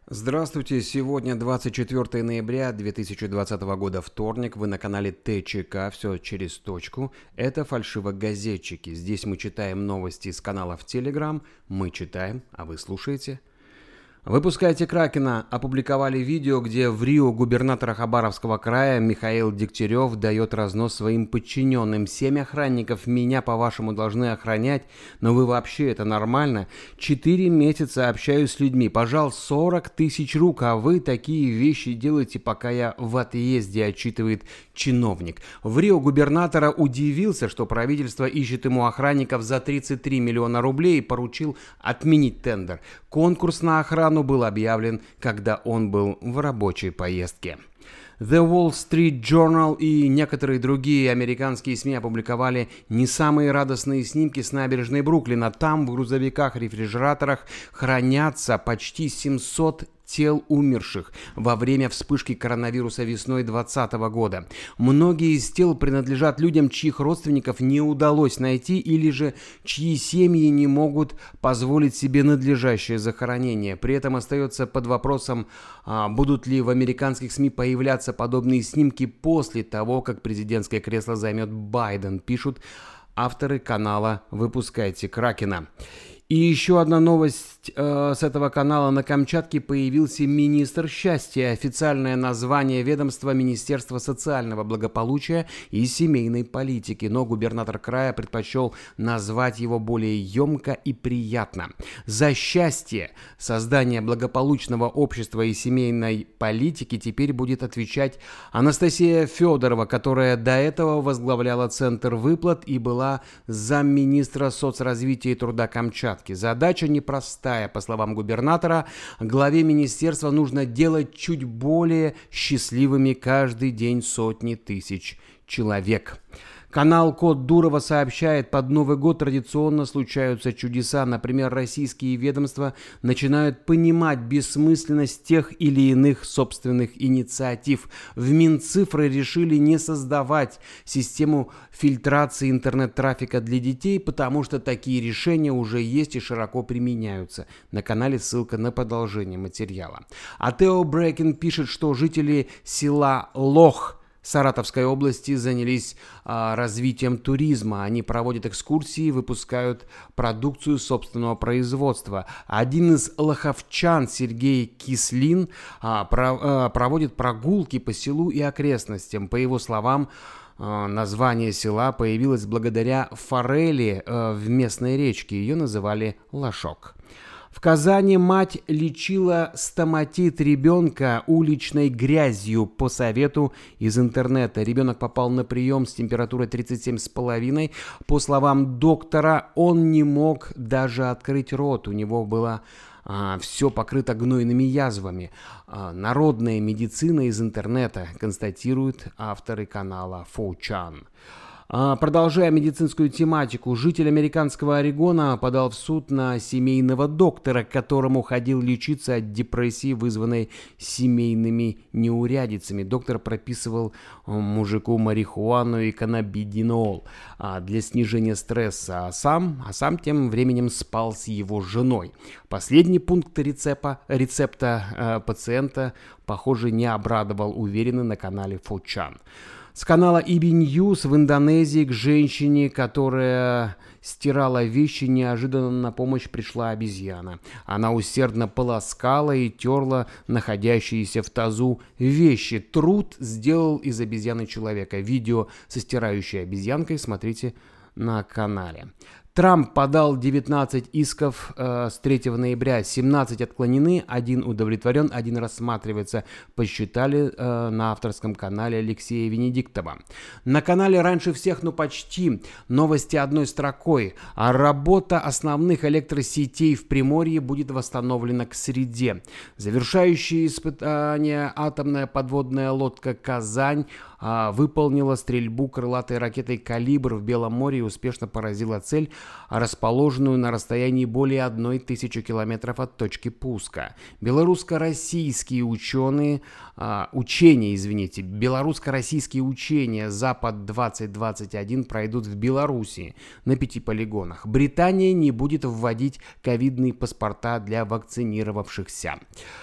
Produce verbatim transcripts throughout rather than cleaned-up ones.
Здравствуйте, сегодня двадцать четвёртое ноября две тысячи двадцатого года, вторник, вы на канале ТЧК, все через точку, это фальшивогазетчики, здесь мы читаем новости с канала в Телеграм, мы читаем, а вы слушаете. Выпускайте Кракена опубликовали видео, где в Рио губернатора Хабаровского края Михаил Дегтярев дает разнос своим подчиненным. Семь охранников меня, по-вашему, должны охранять, но вы вообще это нормально? Четыре месяца общаюсь с людьми, пожал сорок тысяч рук, а вы такие вещи делаете, пока я в отъезде, отчитывает чиновник. В Рио губернатора удивился, что правительство ищет ему охранников за тридцать три миллиона рублей и поручил отменить тендер. Конкурс на охрану был объявлен, когда он был в рабочей поездке. The Wall Street Journal и некоторые другие американские СМИ опубликовали не самые радостные снимки с набережной Бруклина. Там в грузовиках-рефрижераторах хранятся почти семьсот тел умерших во время вспышки коронавируса весной двадцатого года. Многие из тел принадлежат людям, чьих родственников не удалось найти или же чьи семьи не могут позволить себе надлежащее захоронение. При этом остается под вопросом, будут ли в американских СМИ появляться подобные снимки после того, как президентское кресло займет Байден, пишут авторы канала «Выпускайте Кракена». И еще одна новость э, с этого канала. На Камчатке появился министр счастья. Официальное название ведомства — Министерство социального благополучия и семейной политики. Но губернатор края предпочел назвать его более емко и приятно. За счастье создания благополучного общества и семейной политики теперь будет отвечать Анастасия Федорова, которая до этого возглавляла Центр выплат и была замминистра соцразвития и труда Камчатки. Задача непростая, по словам губернатора. Главе министерства нужно делать чуть более счастливыми каждый день сотни тысяч человек. Канал Код Дурова сообщает, под Новый год традиционно случаются чудеса. Например, российские ведомства начинают понимать бессмысленность тех или иных собственных инициатив. В Минцифры решили не создавать систему фильтрации интернет-трафика для детей, потому что такие решения уже есть и широко применяются. На канале ссылка на продолжение материала. А Тео Брекин пишет, что жители села Лох Саратовской области занялись а, развитием туризма. Они проводят экскурсии, выпускают продукцию собственного производства. Один из лоховчан, Сергей Кислин, а, про, а, проводит прогулки по селу и окрестностям. По его словам, а, название села появилось благодаря форели а, в местной речке. Ее называли Лошок. В Казани мать лечила стоматит ребенка уличной грязью по совету из интернета. Ребенок попал на прием с температурой тридцать семь с половиной. По словам доктора, он не мог даже открыть рот. У него было а, все покрыто гнойными язвами. А, народная медицина из интернета, констатируют авторы канала фор чан. Продолжая медицинскую тематику, житель американского Орегона подал в суд на семейного доктора, к которому ходил лечиться от депрессии, вызванной семейными неурядицами. Доктор прописывал мужику марихуану и каннабидинол для снижения стресса, а сам, а сам тем временем спал с его женой. Последний пункт рецепта, рецепта э, пациента, похоже, не обрадовал, уверены на канале фор чан. С канала и би News в Индонезии к женщине, которая стирала вещи, неожиданно на помощь пришла обезьяна. Она усердно полоскала и терла находящиеся в тазу вещи. Труд сделал из обезьяны человека. Видео со стирающей обезьянкой смотрите на канале. Трамп подал девятнадцать исков э, с третьего ноября, семнадцать отклонены, один удовлетворен, один рассматривается, посчитали э, на авторском канале Алексея Венедиктова. На канале раньше всех, ну почти, новости одной строкой. А работа основных электросетей в Приморье будет восстановлена к среде. Завершающие испытания атомная подводная лодка «Казань» э, выполнила стрельбу крылатой ракетой «Калибр» в Белом море и успешно поразила цель, расположенную на расстоянии более одной тысячи километров от точки пуска. Белорусско-российские ученые, а, учения, извините, белорусско-российские учения «Запад двадцать двадцать один» пройдут в Беларуси на пяти полигонах. Британия не будет вводить ковидные паспорта для вакцинировавшихся.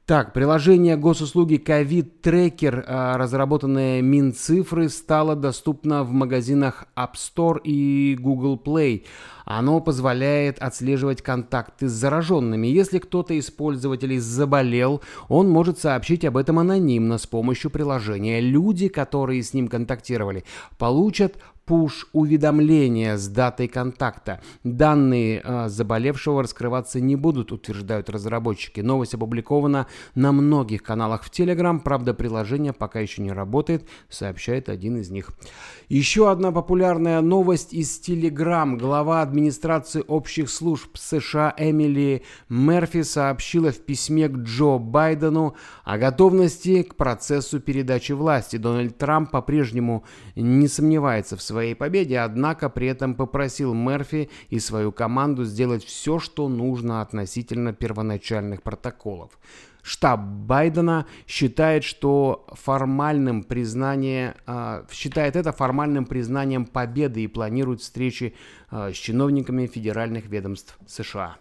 Так, приложение госуслуги ковид-трекер, разработанное Минцифры, стало доступно в магазинах App Store и Google Play. Оно позволяет отслеживать контакты с зараженными. Если кто-то из пользователей заболел, он может сообщить об этом анонимно с помощью приложения. Люди, которые с ним контактировали, получат пуш-уведомления с датой контакта. Данные э, заболевшего раскрываться не будут, утверждают разработчики. Новость опубликована на многих каналах в Telegram, правда, приложение пока еще не работает, сообщает один из них. Еще одна популярная новость из Telegram. Глава администрации общих служб США Эмили Мерфи сообщила в письме к Джо Байдену о готовности к процессу передачи власти. Дональд Трамп по-прежнему не сомневается в своей своей победе, однако при этом попросил Мерфи и свою команду сделать все, что нужно относительно первоначальных протоколов. Штаб Байдена считает, что формальным признание, э, считает это формальным признанием победы и планирует встречи э, с чиновниками федеральных ведомств США.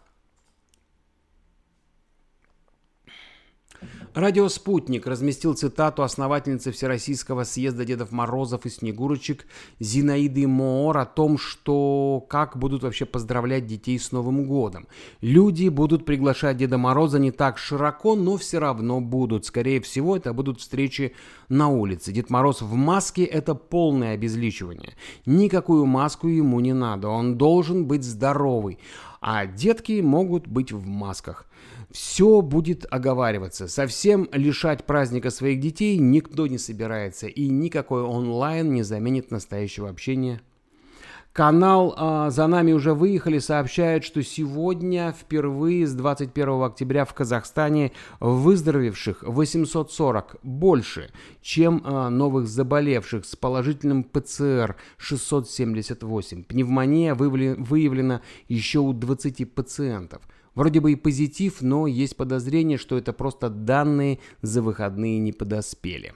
Радио «Спутник» разместил цитату основательницы Всероссийского съезда Дедов Морозов и Снегурочек Зинаиды Моор о том, что как будут вообще поздравлять детей с Новым годом. Люди будут приглашать Деда Мороза не так широко, но все равно будут. Скорее всего, это будут встречи на улице. Дед Мороз в маске – это полное обезличивание. Никакую маску ему не надо, он должен быть здоровый. А детки могут быть в масках. Все будет оговариваться. Совсем лишать праздника своих детей никто не собирается, и никакой онлайн не заменит настоящего общения. Канал а, «За нами уже выехали» сообщает, что сегодня впервые с двадцать первого октября в Казахстане выздоровевших восемьсот сорок, больше, чем а, новых заболевших, с положительным ПЦР шестьсот семьдесят восемь. Пневмония выявлена еще у двадцати пациентов. Вроде бы и позитив, но есть подозрение, что это просто данные за выходные не подоспели.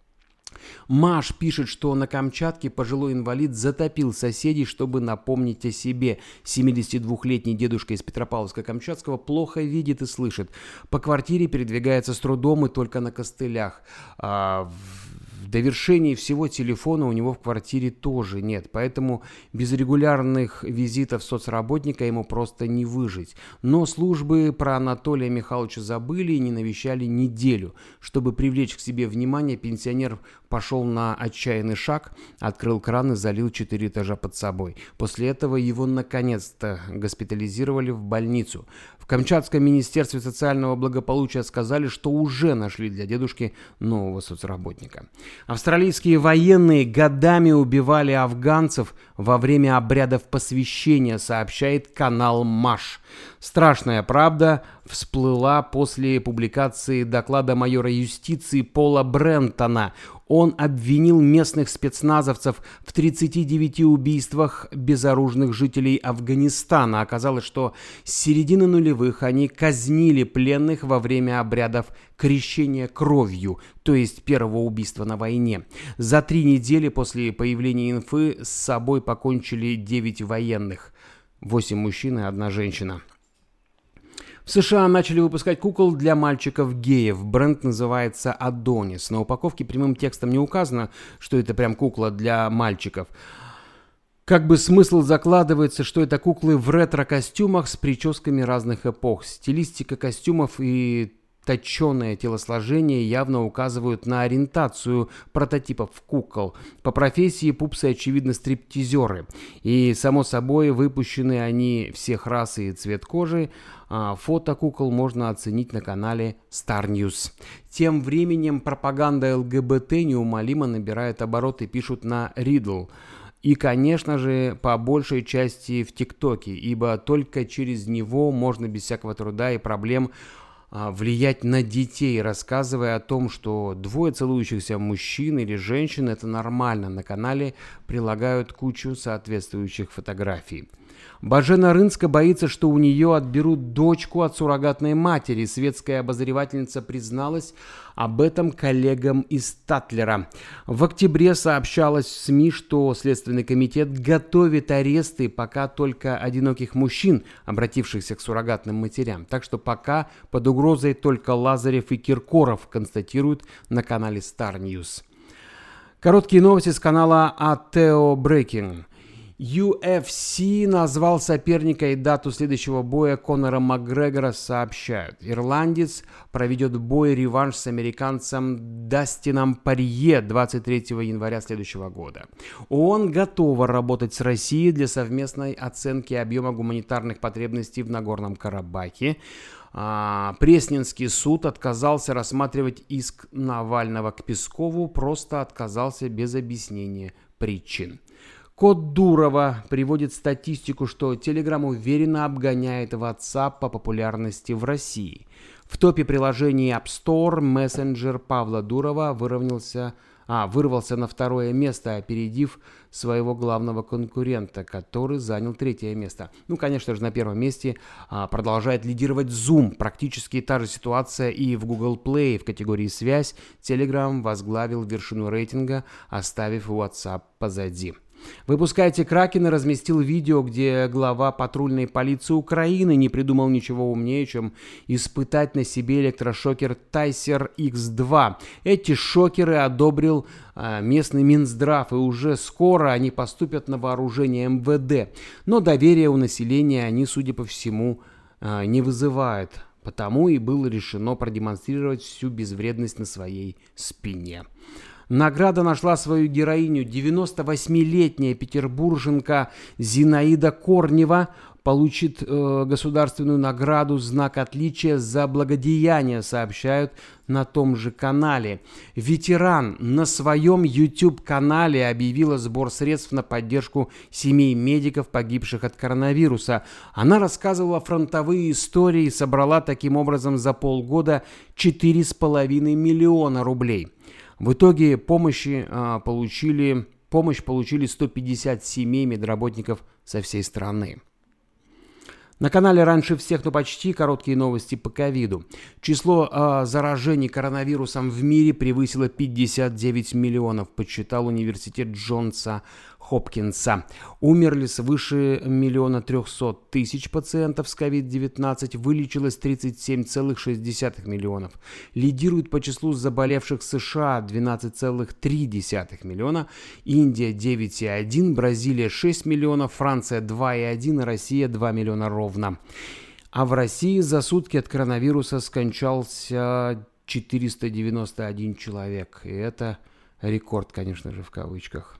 Маш пишет, что на Камчатке пожилой инвалид затопил соседей, чтобы напомнить о себе. семидесятидвухлетний дедушка из Петропавловска-Камчатского плохо видит и слышит. По квартире передвигается с трудом и только на костылях. А в довершении всего телефона у него в квартире тоже нет, поэтому без регулярных визитов соцработника ему просто не выжить. Но службы про Анатолия Михайловича забыли и не навещали неделю. Чтобы привлечь к себе внимание, пенсионер пошел на отчаянный шаг, открыл кран и залил четыре этажа под собой. После этого его наконец-то госпитализировали в больницу. В Камчатском министерстве социального благополучия сказали, что уже нашли для дедушки нового соцработника. Австралийские военные годами убивали афганцев во время обрядов посвящения, сообщает канал Маш. Страшная правда всплыла после публикации доклада майора юстиции Пола Брентона. Он обвинил местных спецназовцев в тридцати девяти убийствах безоружных жителей Афганистана. Оказалось, что с середины нулевых они казнили пленных во время обрядов крещения кровью, то есть первого убийства на войне. За три недели после появления инфы с собой покончили девять военных. восемь мужчин и одна женщина. В США начали выпускать кукол для мальчиков-геев. Бренд называется Адонис. На упаковке прямым текстом не указано, что это прям кукла для мальчиков. Как бы смысл закладывается, что это куклы в ретро-костюмах с прическами разных эпох. Стилистика костюмов и точеное телосложение явно указывают на ориентацию прототипов кукол. По профессии пупсы, очевидно, стриптизеры. И, само собой, выпущены они всех рас и цвет кожи. А фото кукол можно оценить на канале Star News. Тем временем пропаганда ЛГБТ неумолимо набирает обороты, пишут на Riddle. И, конечно же, по большей части в ТикТоке, ибо только через него можно без всякого труда и проблем влиять на детей, рассказывая о том, что двое целующихся мужчин или женщин – это нормально. На канале прилагают кучу соответствующих фотографий. Божена Рынска боится, что у нее отберут дочку от суррогатной матери. Светская обозревательница призналась об этом коллегам из Татлера. В октябре сообщалось в СМИ, что Следственный комитет готовит аресты пока только одиноких мужчин, обратившихся к суррогатным матерям. Так что пока под угрозой только Лазарев и Киркоров, констатируют на канале Star News. Короткие новости с канала Атео Breaking. ю эф си назвал соперника и дату следующего боя Конора Макгрегора, сообщают. Ирландец проведет бой-реванш с американцем Дастином Порье двадцать третьего января следующего года. ООН готова работать с Россией для совместной оценки объема гуманитарных потребностей в Нагорном Карабахе. А, Пресненский суд отказался рассматривать иск Навального к Пескову, просто отказался без объяснения причин. Код Дурова приводит статистику, что Telegram уверенно обгоняет WhatsApp по популярности в России. В топе приложений App Store мессенджер Павла Дурова выровнялся, а, вырвался на второе место, опередив своего главного конкурента, который занял третье место. Ну, конечно же, на первом месте а, продолжает лидировать Zoom. Практически та же ситуация и в Google Play. В категории «Связь» Telegram возглавил вершину рейтинга, оставив WhatsApp позади. «Выпускайте Кракена» разместил видео, где глава патрульной полиции Украины не придумал ничего умнее, чем испытать на себе электрошокер Тайсер икс два. Эти шокеры одобрил а, местный Минздрав, и уже скоро они поступят на вооружение эм вэ дэ. Но доверия у населения они, судя по всему, а, не вызывают. Потому и было решено продемонстрировать всю безвредность на своей спине. Награда нашла свою героиню. девяносто восьмилетняя петербурженка Зинаида Корнева получит э, государственную награду «Знак отличия за благодеяние», сообщают на том же канале. Ветеран на своем YouTube-канале объявила сбор средств на поддержку семей медиков, погибших от коронавируса. Она рассказывала фронтовые истории и собрала таким образом за полгода четыре с половиной миллиона рублей. В итоге помощи, а, получили, помощь получили сто пятьдесят семей медработников со всей страны. На канале «Раньше всех, но почти» короткие новости по ковиду. Число э, заражений коронавирусом в мире превысило пятьдесят девять миллионов, подсчитал университет Джонса Хопкинса. Умерли свыше миллиона трехсот тысяч пациентов с ковид девятнадцать, вылечилось тридцать семь целых шесть десятых миллионов. Лидирует по числу заболевших США двенадцать целых три десятых миллиона, Индия девять целых один, Бразилия шесть миллионов, Франция два целых один, Россия два миллиона ровно. А в России за сутки от коронавируса скончался четыреста девяносто один человек. И это рекорд, конечно же, в кавычках.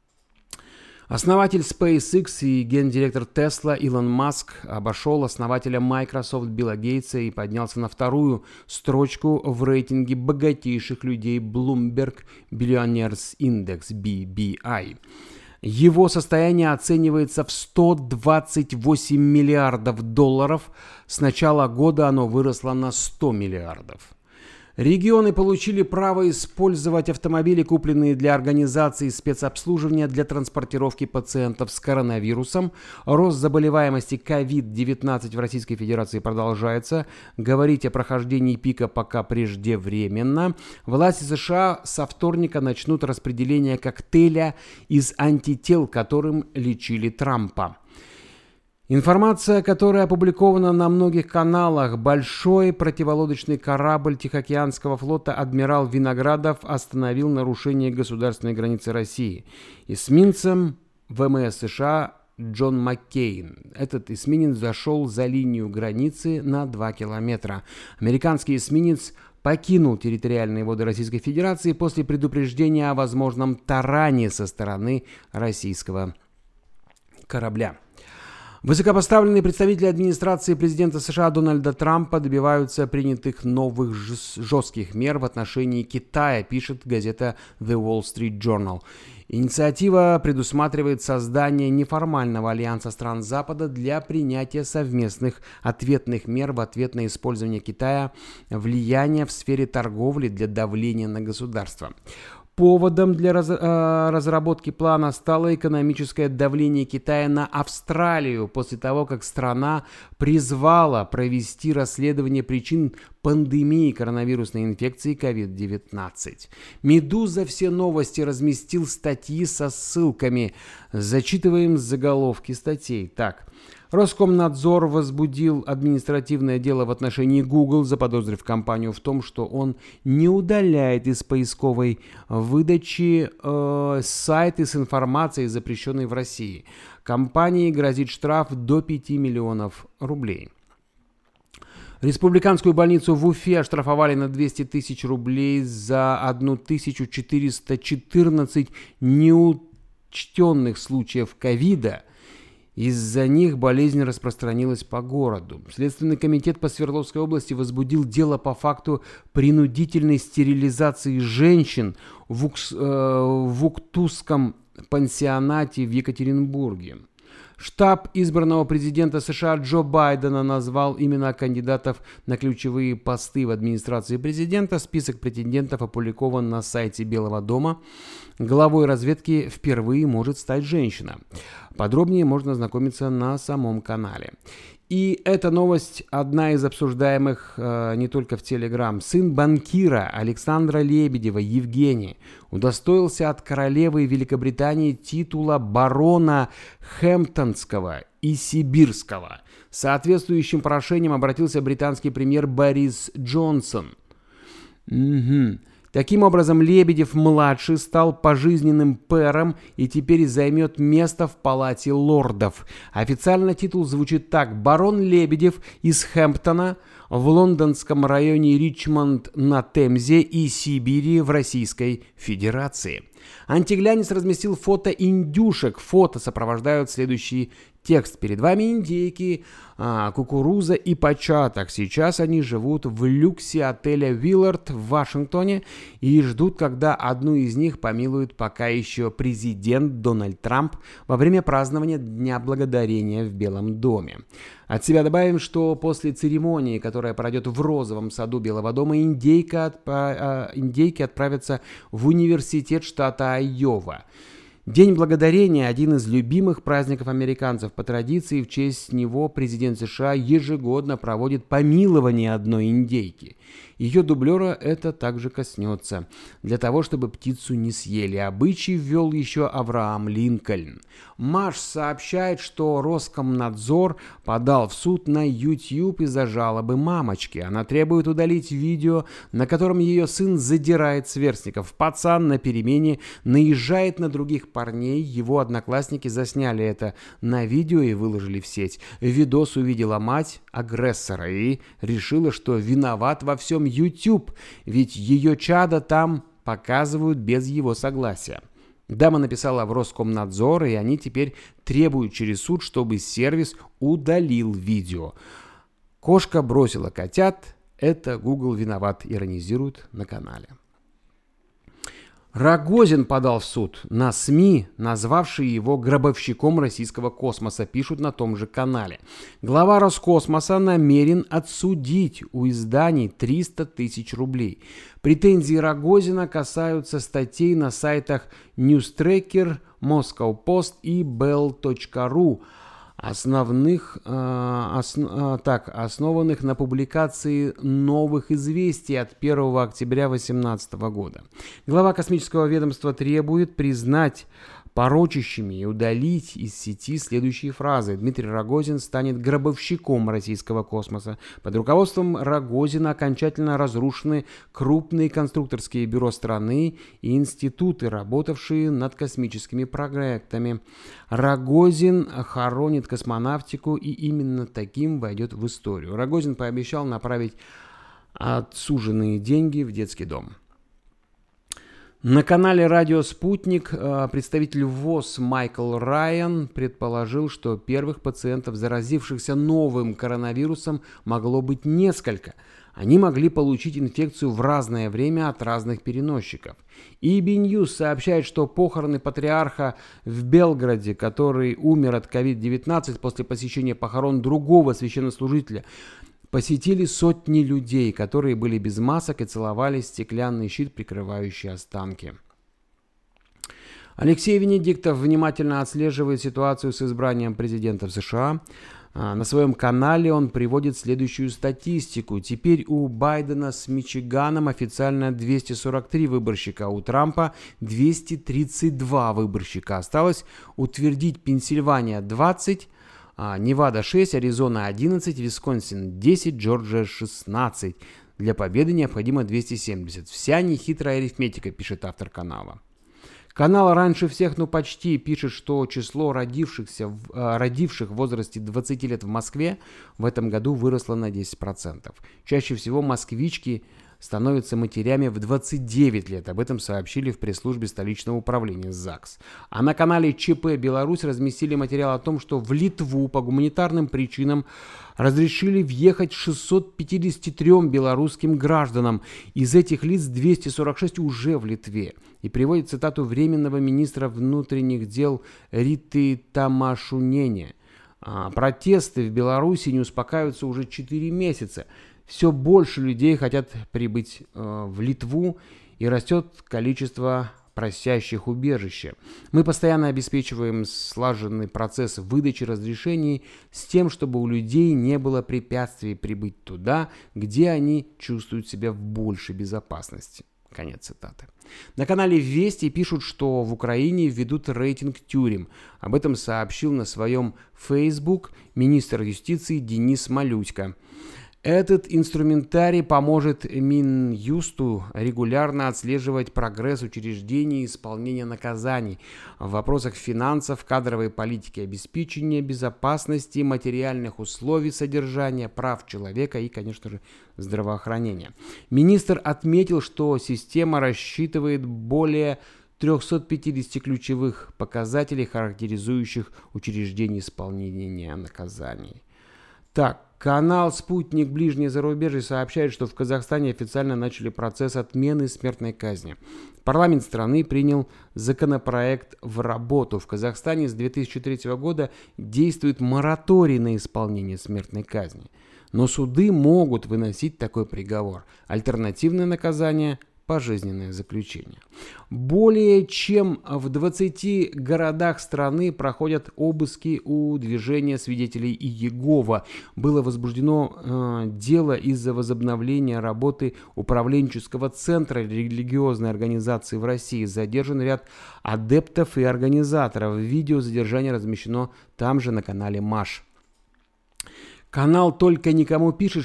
Основатель SpaceX и гендиректор Tesla Илон Маск обошел основателя Microsoft Билла Гейтса и поднялся на вторую строчку в рейтинге богатейших людей Bloomberg Billionaires Index би би ай. Его состояние оценивается в сто двадцать восемь миллиардов долларов. С начала года оно выросло на сто миллиардов. Регионы получили право использовать автомобили, купленные для организации спецобслуживания для транспортировки пациентов с коронавирусом. Рост заболеваемости ковид девятнадцать в Российской Федерации продолжается. Говорить о прохождении пика пока преждевременно. Власти США со вторника начнут распределение коктейля из антител, которым лечили Трампа. Информация, которая опубликована на многих каналах. Большой противолодочный корабль Тихоокеанского флота «Адмирал Виноградов» остановил нарушение государственной границы России. Эсминцем ВМС США Джон Маккейн. Этот эсминец зашел за линию границы на два километра. Американский эсминец покинул территориальные воды Российской Федерации после предупреждения о возможном таране со стороны российского корабля. Высокопоставленные представители администрации президента США Дональда Трампа добиваются принятых новых жестких мер в отношении Китая, пишет газета The Wall Street Journal. Инициатива предусматривает создание неформального альянса стран Запада для принятия совместных ответных мер в ответ на использование Китая влияния в сфере торговли для давления на государство. Поводом для раз, э, разработки плана стало экономическое давление Китая на Австралию после того, как страна призвала провести расследование причин пандемии коронавирусной инфекции ковид девятнадцать. «Медуза» все новости разместил статьи со ссылками. Зачитываем заголовки статей. Так. Роскомнадзор возбудил административное дело в отношении Google, заподозрив компанию в том, что он не удаляет из поисковой выдачи э, сайты с информацией, запрещенной в России. Компании грозит штраф до пяти миллионов рублей. Республиканскую больницу в Уфе оштрафовали на двести тысяч рублей за тысячу четыреста четырнадцать неучтенных случаев ковида. Из-за них болезнь распространилась по городу. Следственный комитет по Свердловской области возбудил дело по факту принудительной стерилизации женщин в, Укс, э, в Уктусском пансионате в Екатеринбурге. Штаб избранного президента США Джо Байдена назвал имена кандидатов на ключевые посты в администрации президента. Список претендентов опубликован на сайте Белого дома. Главой разведки впервые может стать женщина. Подробнее можно ознакомиться на самом канале. И эта новость одна из обсуждаемых э, не только в Телеграм. Сын банкира Александра Лебедева, Евгений, удостоился от королевы Великобритании титула барона Хэмптонского и Сибирского. С соответствующим прошением обратился британский премьер Борис Джонсон. Угу. Таким образом, Лебедев-младший стал пожизненным пэром и теперь займет место в Палате лордов. Официально титул звучит так: барон Лебедев из Хэмптона в лондонском районе Ричмонд на Темзе и Сибири в Российской Федерации. Антиглянец разместил фото индюшек. Фото сопровождают следующий текст. Перед вами индейки, а, кукуруза и початок. Сейчас они живут в люксе отеля Виллард в Вашингтоне и ждут, когда одну из них помилует пока еще президент Дональд Трамп во время празднования Дня Благодарения в Белом доме. От себя добавим, что после церемонии, которая пройдет в Розовом саду Белого дома, индейка отпра... индейки отправятся в университет штата Айова. День Благодарения – один из любимых праздников американцев. По традиции, в честь него президент США ежегодно проводит помилование одной индейки. Ее дублера это также коснется, для того, чтобы птицу не съели. Обычай ввел еще Авраам Линкольн. Маш сообщает, что Роскомнадзор подал в суд на YouTube из-за жалобы мамочки. Она требует удалить видео, на котором ее сын задирает сверстников. Пацан на перемене наезжает на других парней. Его одноклассники засняли это на видео и выложили в сеть. Видос увидела мать агрессора и решила, что виноват во всем YouTube, ведь ее чадо там показывают без его согласия. Дама написала в Роскомнадзор, и они теперь требуют через суд, чтобы сервис удалил видео. Кошка бросила котят, это Google виноват, иронизируют на канале. Рогозин подал в суд на СМИ, назвавшие его гробовщиком российского космоса, пишут на том же канале. Глава Роскосмоса намерен отсудить у изданий триста тысяч рублей. Претензии Рогозина касаются статей на сайтах Newstracker, Moscow Post и Bell точка ру, основных, э, осно, так, основанных на публикации новых известий от первого октября две тысячи восемнадцатого года. Глава космического ведомства требует признать порочащими и удалить из сети следующие фразы. Дмитрий Рогозин станет гробовщиком российского космоса. Под руководством Рогозина окончательно разрушены крупные конструкторские бюро страны и институты, работавшие над космическими проектами. Рогозин хоронит космонавтику, и именно таким войдет в историю. Рогозин пообещал направить отсуженные деньги в детский дом. На канале «Радио Спутник» представитель ВОЗ Майкл Райан предположил, что первых пациентов, заразившихся новым коронавирусом, могло быть несколько. Они могли получить инфекцию в разное время от разных переносчиков. и би Ньюс сообщает, что похороны патриарха в Белграде, который умер от ковид девятнадцать после посещения похорон другого священнослужителя, посетили сотни людей, которые были без масок и целовали стеклянный щит, прикрывающий останки. Алексей Венедиктов внимательно отслеживает ситуацию с избранием президента в США. На своем канале он приводит следующую статистику. Теперь у Байдена с Мичиганом официально двести сорок три выборщика, а у Трампа двести тридцать два выборщика. Осталось утвердить Пенсильвания двадцать, Невада шесть, Аризона одиннадцать, Висконсин десять, Джорджия шестнадцать. Для победы необходимо двести семьдесят. Вся нехитрая арифметика, пишет автор канала. Канал раньше всех, ну почти, пишет, что число родившихся, э, родивших в возрасте двадцати лет в Москве в этом году выросло на десять процентов. Чаще всего москвички становятся матерями в двадцать девять лет. Об этом сообщили в пресс-службе столичного управления ЗАГС. А на канале ЧП Беларусь разместили материал о том, что в Литву по гуманитарным причинам разрешили въехать шестьсот пятидесяти трём белорусским гражданам. Из этих лиц двести сорок шесть уже в Литве. И приводит цитату временного министра внутренних дел Риты Тамашунене. А, протесты в Беларуси не успокаиваются уже четыре месяца. Все больше людей хотят прибыть э, в Литву, и растет количество просящих убежище. Мы постоянно обеспечиваем слаженный процесс выдачи разрешений с тем, чтобы у людей не было препятствий прибыть туда, где они чувствуют себя в большей безопасности. Конец цитаты. На канале Вести пишут, что в Украине введут рейтинг тюрем. Об этом сообщил на своем Facebook министр юстиции Денис Малютько. Этот инструментарий поможет Минюсту регулярно отслеживать прогресс учреждений и исполнения наказаний в вопросах финансов, кадровой политики, обеспечения безопасности, материальных условий содержания, прав человека и, конечно же, здравоохранения. Министр отметил, что система рассчитывает более трёхсот пятидесяти ключевых показателей, характеризующих учреждения исполнения наказаний. Так, канал «Спутник. Ближнее зарубежье» сообщает, что в Казахстане официально начали процесс отмены смертной казни. Парламент страны принял законопроект в работу. В Казахстане с две тысячи третьего года действует мораторий на исполнение смертной казни. Но суды могут выносить такой приговор. Альтернативное наказание – пожизненное заключение. Более чем в двадцати городах страны проходят обыски у движения свидетелей Иеговы. Было возбуждено э, дело из-за возобновления работы управленческого центра религиозной организации в России. Задержан ряд адептов и организаторов. Видео задержания размещено там же на канале МАШ. Канал «Только никому» пишет,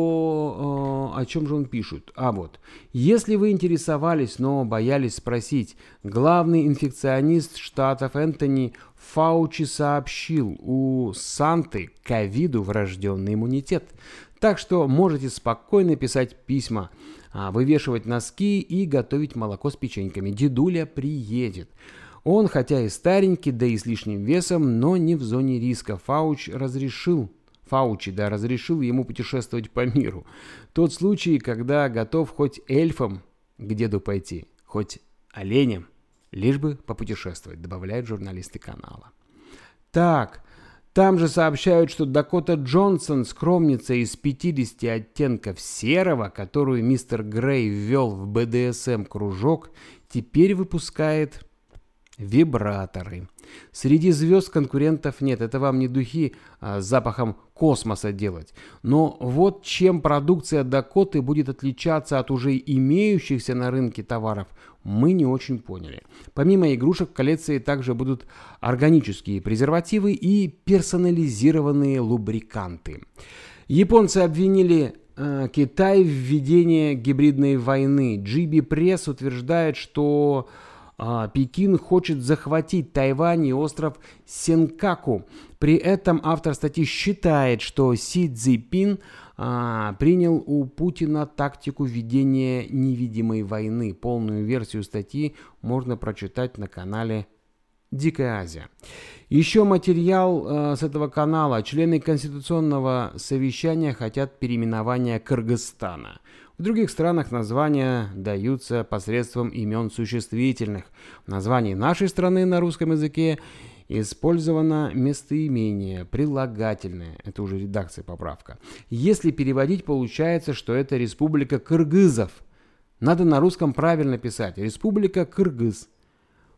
что... Э, о чем же он пишет? А вот. Если вы интересовались, но боялись спросить, главный инфекционист штатов Энтони Фаучи сообщил, у Санты к ковиду врожденный иммунитет. Так что можете спокойно писать письма, вывешивать носки и готовить молоко с печеньками. Дедуля приедет. Он, хотя и старенький, да и с лишним весом, но не в зоне риска. Фауч разрешил... Фаучи, да, разрешил ему путешествовать по миру. Тот случай, когда готов хоть эльфом к деду пойти, хоть оленем, лишь бы попутешествовать, добавляют журналисты канала. Так, там же сообщают, что Дакота Джонсон, скромница из пятидесяти оттенков серого, которую мистер Грей ввел в бэ дэ эс эм-кружок, теперь выпускает вибраторы. Среди звезд конкурентов нет. Это вам не духи а, с запахом космоса делать. Но вот чем продукция Дакоты будет отличаться от уже имеющихся на рынке товаров, мы не очень поняли. Помимо игрушек в коллекции также будут органические презервативы и персонализированные лубриканты. Японцы обвинили э, Китай в введении гибридной войны. джи би Пресс утверждает, что А, Пекин хочет захватить Тайвань и остров Сенкаку. При этом автор статьи считает, что Си Цзиньпин а, принял у Путина тактику ведения невидимой войны. Полную версию статьи можно прочитать на канале «Дикая Азия». Еще материал э, с этого канала. Члены Конституционного совещания хотят переименования Кыргызстана. В других странах названия даются посредством имен существительных. В названии нашей страны на русском языке использовано местоимение, прилагательное. Это уже редакция, поправка. Если переводить, получается, что это Республика Кыргызов. Надо на русском правильно писать. Республика Кыргыз.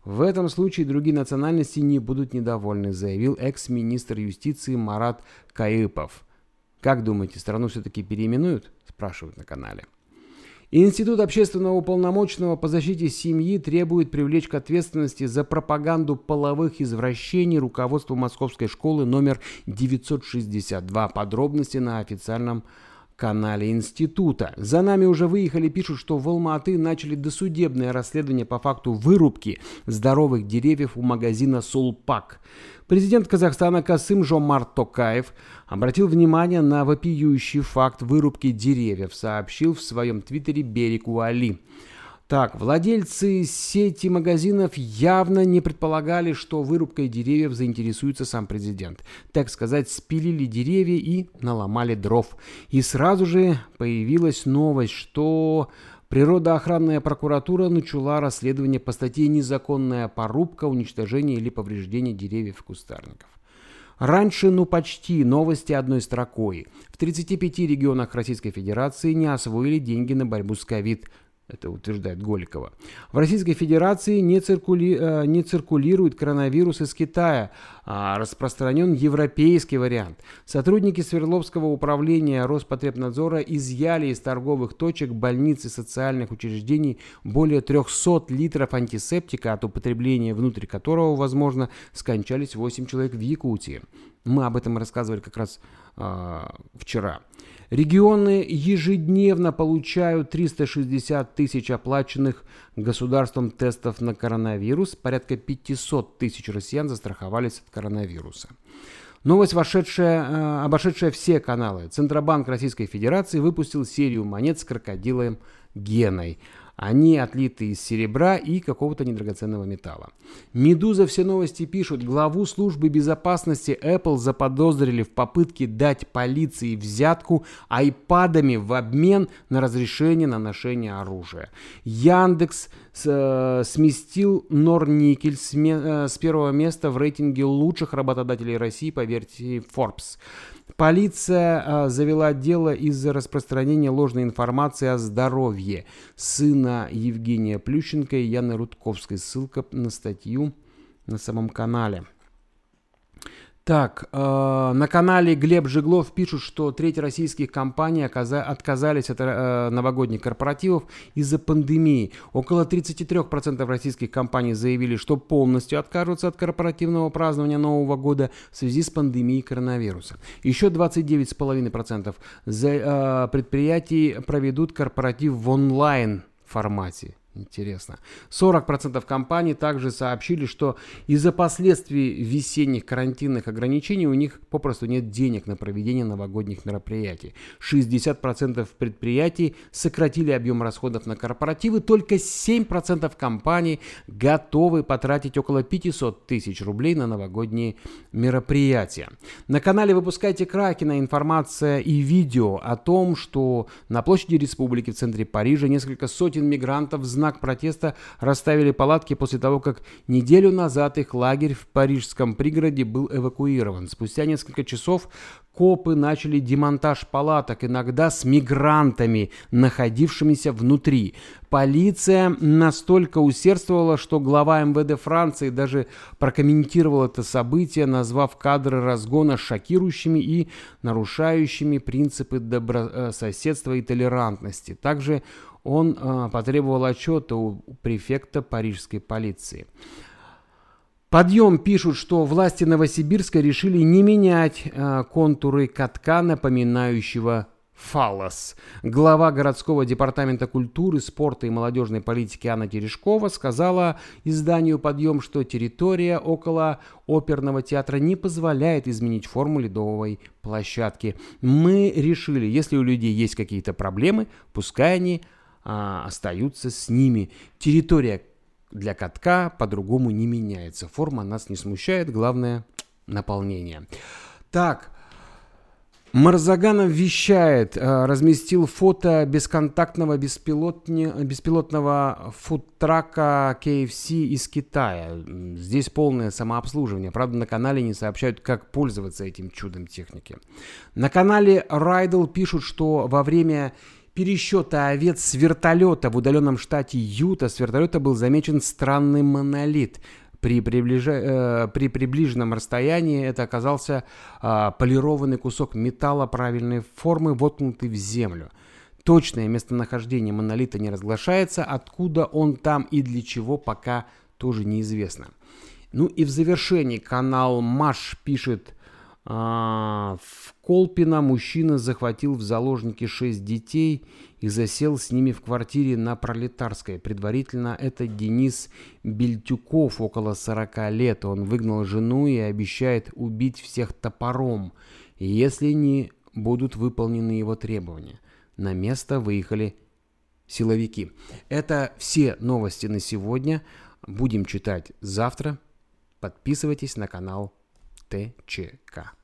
В этом случае другие национальности не будут недовольны, заявил экс-министр юстиции Марат Каипов. Как думаете, страну все-таки переименуют? Спрашивают на канале. Институт общественного уполномоченного по защите семьи требует привлечь к ответственности за пропаганду половых извращений руководство Московской школы номер девятьсот шестьдесят два. Подробности на официальном канале института. За нами уже выехали, пишут, что в Алма-Аты начали досудебное расследование по факту вырубки здоровых деревьев у магазина «Сулпак». Президент Казахстана Касым-Жомарт Токаев обратил внимание на вопиющий факт вырубки деревьев, сообщил в своем твиттере Берик Уали. Так, владельцы сети магазинов явно не предполагали, что вырубкой деревьев заинтересуется сам президент. Так сказать, спилили деревья и наломали дров. И сразу же появилась новость, что природоохранная прокуратура начала расследование по статье «Незаконная порубка, уничтожение или повреждение деревьев и кустарников». Раньше, ну почти, новости одной строкой. В тридцати пяти регионах Российской Федерации не освоили деньги на борьбу с ковид. Это утверждает Голикова. В Российской Федерации не, циркули... не циркулирует коронавирус из Китая, а распространен европейский вариант. Сотрудники Свердловского управления Роспотребнадзора изъяли из торговых точек, больниц и социальных учреждений более трехсот литров антисептика, от употребления внутрь которого, возможно, скончались восемь человек в Якутии. Мы об этом рассказывали как раз э, вчера. Регионы ежедневно получают триста шестьдесят тысяч оплаченных государством тестов на коронавирус. Порядка пятьсот тысяч россиян застраховались от коронавируса. Новость, вошедшая, обошедшая все каналы. Центробанк Российской Федерации выпустил серию монет с крокодилом Геной. Они отлиты из серебра и какого-то недрагоценного металла. «Медуза» все новости пишут. Главу службы безопасности Apple заподозрили в попытке дать полиции взятку айпадами в обмен на разрешение на ношение оружия. Яндекс э, сместил Норникель с, э, с первого места в рейтинге лучших работодателей России по версии Forbes. Полиция а, завела дело из-за распространения ложной информации о здоровье сына Евгения Плющенко и Яны Рудковской. Ссылка на статью на самом канале. Так, э, на канале Глеб Жиглов пишут, что треть российских компаний оказа- отказались от э, новогодних корпоративов из-за пандемии. Около тридцать три процента российских компаний заявили, что полностью откажутся от корпоративного празднования Нового года в связи с пандемией коронавируса. Еще двадцать девять целых пять десятых процента за, э, предприятий проведут корпоратив в онлайн формате. Интересно. сорок процентов компаний также сообщили, что из-за последствий весенних карантинных ограничений у них попросту нет денег на проведение новогодних мероприятий. шестьдесят процентов предприятий сократили объем расходов на корпоративы. Только семь процентов компаний готовы потратить около пятьсот тысяч рублей на новогодние мероприятия. На канале «Выпускайте Кракена» информация и видео о том, что на площади Республики в центре Парижа несколько сотен мигрантов в знак протеста расставили палатки после того, как неделю назад их лагерь в парижском пригороде был эвакуирован. Спустя несколько часов копы начали демонтаж палаток, иногда с мигрантами, находившимися внутри. Полиция настолько усердствовала, что глава эм вэ дэ Франции даже прокомментировал это событие, назвав кадры разгона шокирующими и нарушающими принципы добрососедства и толерантности. Также он э, потребовал отчета у префекта парижской полиции. Подъем пишут, что власти Новосибирска решили не менять э, контуры катка, напоминающего фаллос. Глава городского департамента культуры, спорта и молодежной политики Анна Терешкова сказала изданию «Подъем», что территория около оперного театра не позволяет изменить форму ледовой площадки. Мы решили, если у людей есть какие-то проблемы, пускай они а, остаются с ними. Территория для катка по-другому не меняется. Форма нас не смущает, главное наполнение. Так, Марзаганов вещает, разместил фото бесконтактного беспилотного фудтрака кей эф си из Китая. Здесь полное самообслуживание. Правда, на канале не сообщают, как пользоваться этим чудом техники. На канале Райдл пишут, что во время пересчета овец с вертолета в удаленном штате Юта с вертолета был замечен странный монолит. При, приближ... э, при приближенном расстоянии это оказался э, полированный кусок металла правильной формы, воткнутый в землю. Точное местонахождение монолита не разглашается, откуда он там и для чего пока тоже неизвестно. Ну и в завершении канал Маш пишет: а, в Колпино мужчина захватил в заложники шесть детей и засел с ними в квартире на Пролетарской. Предварительно это Денис Бельтюков, около сорока лет. Он выгнал жену и обещает убить всех топором, если не будут выполнены его требования. На место выехали силовики. Это все новости на сегодня. Будем читать завтра. Подписывайтесь на канал ТЧК.